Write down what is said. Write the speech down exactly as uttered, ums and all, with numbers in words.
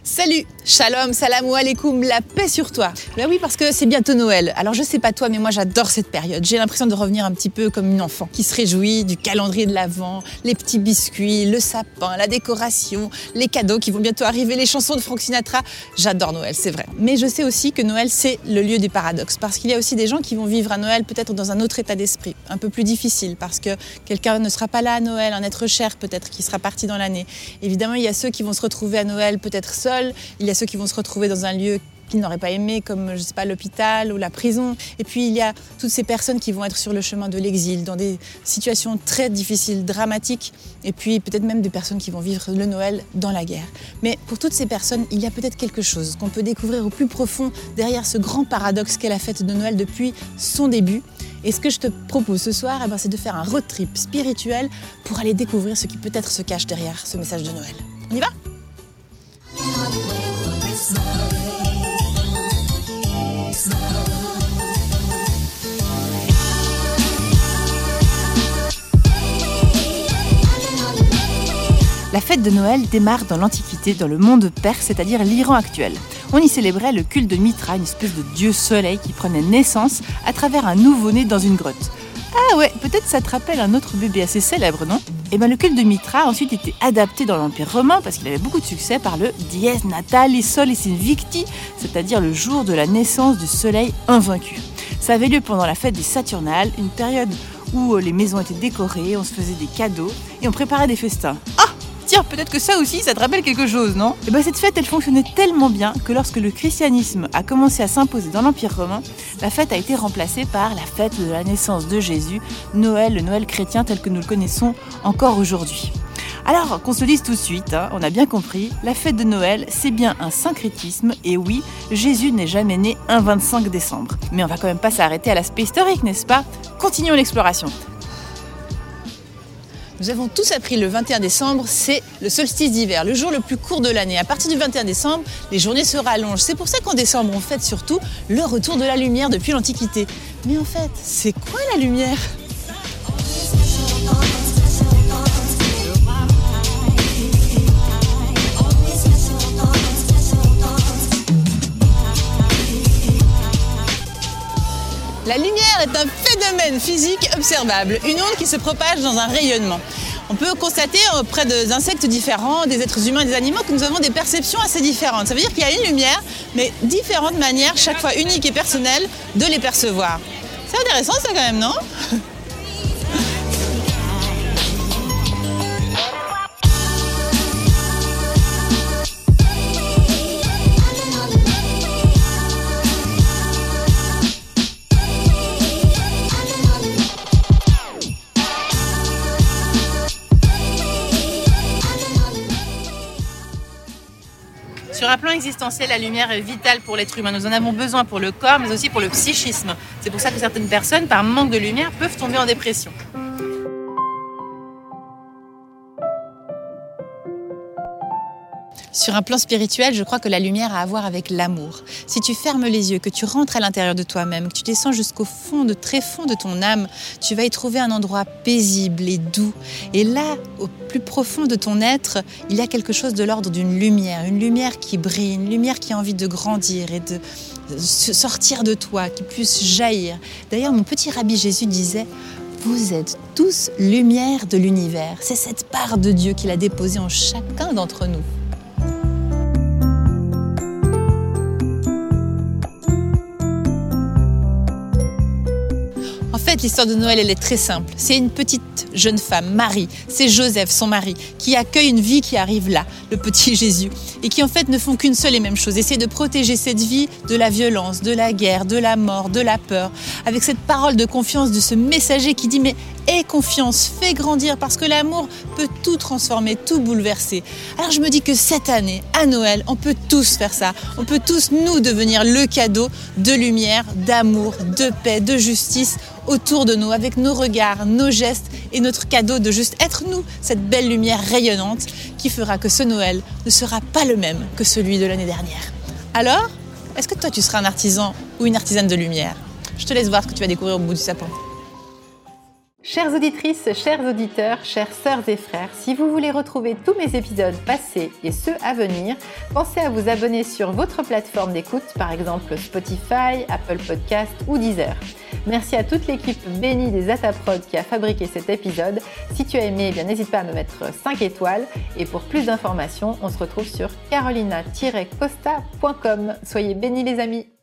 Salut, shalom, salam alaikum, la paix sur toi. Ben oui, parce que c'est bientôt Noël. Alors je sais pas toi, mais moi j'adore cette période. J'ai l'impression de revenir un petit peu comme une enfant qui se réjouit du calendrier de l'Avent, les petits biscuits, le sapin, la décoration, les cadeaux qui vont bientôt arriver, les chansons de Frank Sinatra. J'adore Noël, c'est vrai. Mais je sais aussi que Noël, c'est le lieu du paradoxe. Parce qu'il y a aussi des gens qui vont vivre à Noël peut-être dans un autre état d'esprit, un peu plus difficile, parce que quelqu'un ne sera pas là à Noël, un être cher peut-être qui sera parti dans l'année. Évidemment, il y a ceux qui vont se retrouver à Noël peut-être seuls. Il y a ceux qui vont se retrouver dans un lieu qu'ils n'auraient pas aimé, comme je sais pas, l'hôpital ou la prison. Et puis il y a toutes ces personnes qui vont être sur le chemin de l'exil, dans des situations très difficiles, dramatiques. Et puis peut-être même des personnes qui vont vivre le Noël dans la guerre. Mais pour toutes ces personnes, il y a peut-être quelque chose qu'on peut découvrir au plus profond derrière ce grand paradoxe qu'est la fête de Noël depuis son début. Et ce que je te propose ce soir, eh ben, c'est de faire un road trip spirituel pour aller découvrir ce qui peut-être se cache derrière ce message de Noël. On y va ? La fête de Noël démarre dans l'Antiquité, dans le monde perse, c'est-à-dire l'Iran actuel. On y célébrait le culte de Mitra, une espèce de dieu soleil qui prenait naissance à travers un nouveau-né dans une grotte. Ah ouais, peut-être ça te rappelle un autre bébé assez célèbre, non ? Eh bien, le culte de Mitra a ensuite été adapté dans l'Empire romain parce qu'il avait beaucoup de succès par le Dies Natalis Solis Invicti, c'est-à-dire le jour de la naissance du soleil invaincu. Ça avait lieu pendant la fête des Saturnales, une période où les maisons étaient décorées, on se faisait des cadeaux et on préparait des festins. Ah ! Tiens, peut-être que ça aussi, ça te rappelle quelque chose, non ? Et bien cette fête, elle fonctionnait tellement bien que lorsque le christianisme a commencé à s'imposer dans l'Empire romain, la fête a été remplacée par la fête de la naissance de Jésus, Noël, le Noël chrétien tel que nous le connaissons encore aujourd'hui. Alors, qu'on se le dise tout de suite, hein, on a bien compris, la fête de Noël, c'est bien un syncrétisme, et oui, Jésus n'est jamais né un vingt-cinq décembre. Mais on va quand même pas s'arrêter à l'aspect historique, n'est-ce pas ? Continuons l'exploration. Nous avons tous appris le vingt et un décembre, c'est le solstice d'hiver, le jour le plus court de l'année. À partir du vingt et un décembre, les journées se rallongent. C'est pour ça qu'en décembre, on fête surtout le retour de la lumière depuis l'Antiquité. Mais en fait, c'est quoi la lumière ? La lumière est un phénomène physique observable, une onde qui se propage dans un rayonnement. On peut constater auprès d'insectes différents, des êtres humains, des animaux, que nous avons des perceptions assez différentes. Ça veut dire qu'il y a une lumière, mais différentes manières, chaque fois uniques et personnelles, de les percevoir. C'est intéressant ça quand même, non ? Sur un plan existentiel, la lumière est vitale pour l'être humain. Nous en avons besoin pour le corps, mais aussi pour le psychisme. C'est pour ça que certaines personnes, par manque de lumière, peuvent tomber en dépression. Sur un plan spirituel, je crois que la lumière a à voir avec l'amour. Si tu fermes les yeux, que tu rentres à l'intérieur de toi-même, que tu descends jusqu'au fond, de très fond de ton âme, tu vas y trouver un endroit paisible et doux. Et là, au plus profond de ton être, il y a quelque chose de l'ordre d'une lumière, une lumière qui brille, une lumière qui a envie de grandir et de sortir de toi, qui puisse jaillir. D'ailleurs, mon petit rabbi Jésus disait: vous êtes tous lumière de l'univers. C'est cette part de Dieu qu'il a déposée en chacun d'entre nous. En fait, l'histoire de Noël, elle est très simple. C'est une petite jeune femme, Marie, c'est Joseph, son mari, qui accueille une vie qui arrive là, le petit Jésus, et qui en fait ne font qu'une seule et même chose, essayer de protéger cette vie de la violence, de la guerre, de la mort, de la peur, avec cette parole de confiance de ce messager qui dit « mais aie confiance, fais grandir, parce que l'amour peut tout transformer, tout bouleverser ». Alors je me dis que cette année, à Noël, on peut tous faire ça, on peut tous nous devenir le cadeau de lumière, d'amour, de paix, de justice autour de nous, avec nos regards, nos gestes et notre cadeau de juste être nous, cette belle lumière rayonnante qui fera que ce Noël ne sera pas le même que celui de l'année dernière. Alors, est-ce que toi tu seras un artisan ou une artisane de lumière ? Je te laisse voir ce que tu vas découvrir au bout du sapin. Chères auditrices, chers auditeurs, chères sœurs et frères, si vous voulez retrouver tous mes épisodes passés et ceux à venir, pensez à vous abonner sur votre plateforme d'écoute, par exemple Spotify, Apple Podcast ou Deezer. Merci à toute l'équipe bénie des Ataprod qui a fabriqué cet épisode. Si tu as aimé, eh bien, n'hésite pas à me mettre cinq étoiles. Et pour plus d'informations, on se retrouve sur carolina tiret costa point com. Soyez bénis les amis.